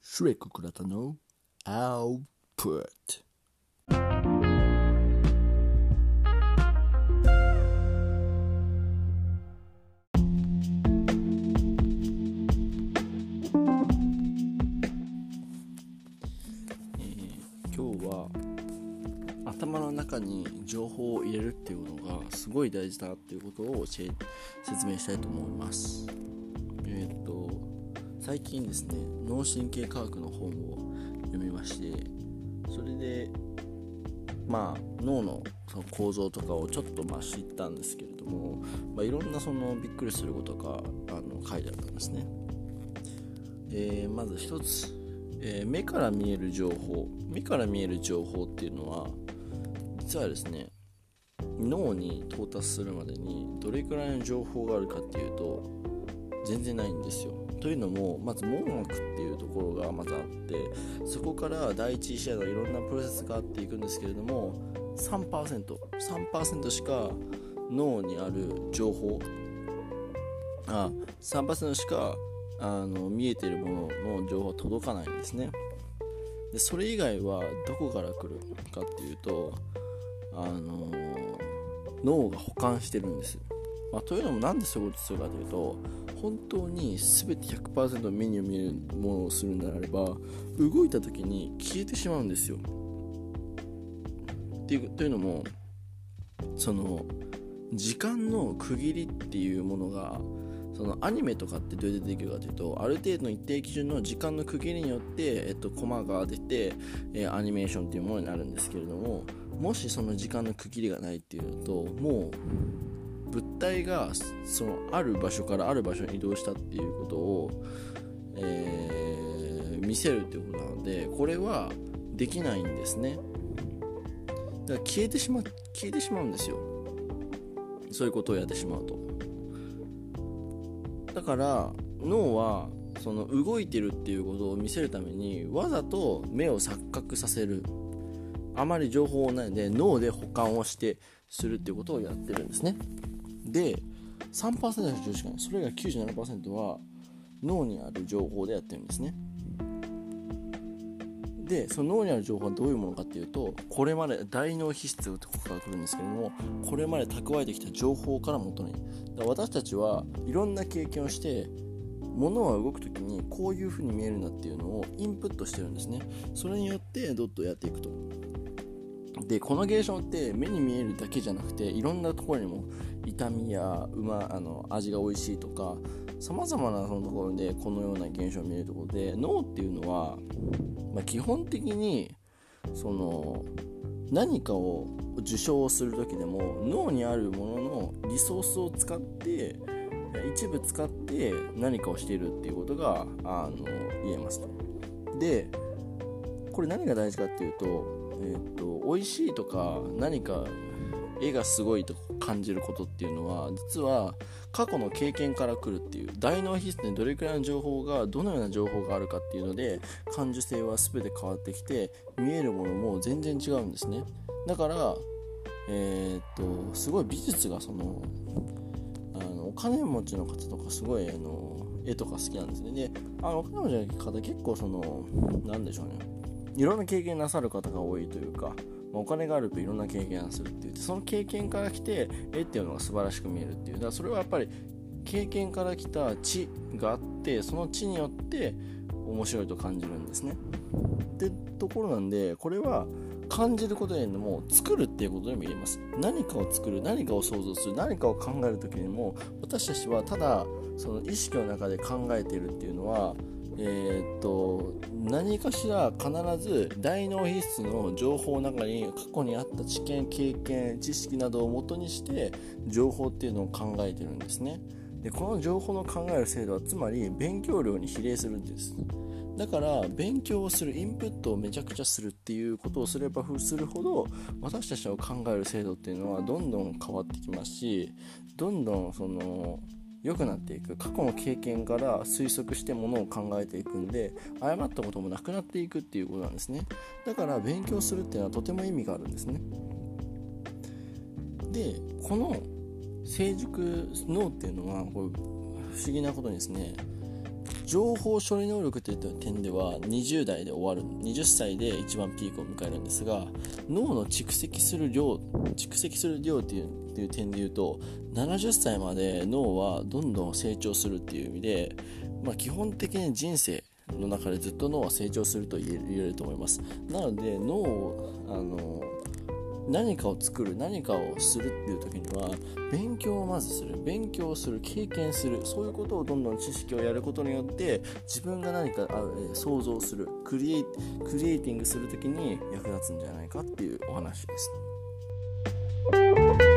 シュレック倉田のアウトプット。今日は頭の中に情報を入れるっていうことがすごい大事だっていうことを説明したいと思います。最近ですね、脳神経科学の本を読みまして、それで脳のその構造とかをちょっと知ったんですけれども、いろんなびっくりすることが書いてあったんですね。まず一つ、目から見える情報っていうのは実はですね、脳に到達するまでにどれくらいの情報があるかっていうと全然ないんですよ。というのも、まず網膜っていうところがまずあって、そこから第一視野のいろんなプロセスがあっていくんですけれども、3% しか脳にある情報3% しか見えているものの情報は届かないんですね。でそれ以外はどこから来るかっていうと脳が保管してるんです。というのもなんでそういうことするかというと、本当に全て 100% 目に見えるものをするのであれば動いた時に消えてしまうんですよ。というのも、その時間の区切りっていうものが、そのアニメとかってどうやってできるかというと、ある程度の一定基準の時間の区切りによって、コマが出て、アニメーションっていうものになるんですけれども、もしその時間の区切りがないっていうと、もう物体がそのある場所からある場所に移動したっていうことを、見せるっていうことなので、これはできないんですね。だから消えてしまうんですよ、そういうことをやってしまうと。だから脳はその動いてるっていうことを見せるためにわざと目を錯覚させる、あまり情報をないので脳で保管をしてするっていうことをやってるんですね。で 3% の情報しかない、それが 97% は脳にある情報でやってるんですね。でその脳にある情報はどういうものかっていうと、これまで大脳皮質とかが来るんですけれども、これまで蓄えてきた情報から元に、私たちはいろんな経験をして、物は動くときにこういう風に見えるんだっていうのをインプットしてるんですね。それによってどっとやっていくと。でこの現象って目に見えるだけじゃなくて、いろんなところにも痛みや味が美味しいとか、さまざまなそのところでこのような現象を見えるところで、脳っていうのは、基本的にその何かを受賞する時でも脳にあるもののリソースを使って、一部使って何かをしているっていうことが言えますと。でこれ何が大事かっていうと、美味しいとか何か絵がすごいと感じることっていうのは、実は過去の経験から来るっていう、大脳皮質にどれくらいの情報が、どのような情報があるかっていうので感受性は全て変わってきて、見えるものも全然違うんですね。だからすごい美術がお金持ちの方とかすごい絵とか好きなんですね。でお金持ちの方結構なんでしょうね、いろんな経験なさる方が多いというか、お金があるといろんな経験をするって言って、その経験から来て絵っていうのが素晴らしく見えるっていう。だからそれはやっぱり経験から来た知があって、その知によって面白いと感じるんですね。ってところなんで、これは感じることでも作るっていうことでも言えます。何かを作る、何かを想像する、何かを考えるときにも、私たちはただその意識の中で考えているっていうのは、何かしら必ず大脳皮質の情報の中に過去にあった知見、経験、知識などを元にして情報っていうのを考えてるんですね。でこの情報の考える精度はつまり勉強量に比例するんです。だから勉強をする、インプットをめちゃくちゃするっていうことをすればするほど、私たちの考える精度っていうのはどんどん変わってきますし、どんどん良くなっていく。過去の経験から推測してものを考えていくんで、誤ったこともなくなっていくっていうことなんですね。だから勉強するっていうのはとても意味があるんですね。でこの成熟脳っていうのは、これ不思議なことにですね、 情報処理能力という点では20代で終わる、20歳で一番ピークを迎えるんですが、脳の蓄積する量っていう点で言うと、70歳まで脳はどんどん成長するっていう意味で、基本的に人生の中でずっと脳は成長すると言えると思います。なので脳を何かを作る、何かをするっていう時には勉強をまずする、経験する、そういうことをどんどん知識をやることによって自分が何か想像する、クリエイティングする時に役立つんじゃないかっていうお話です。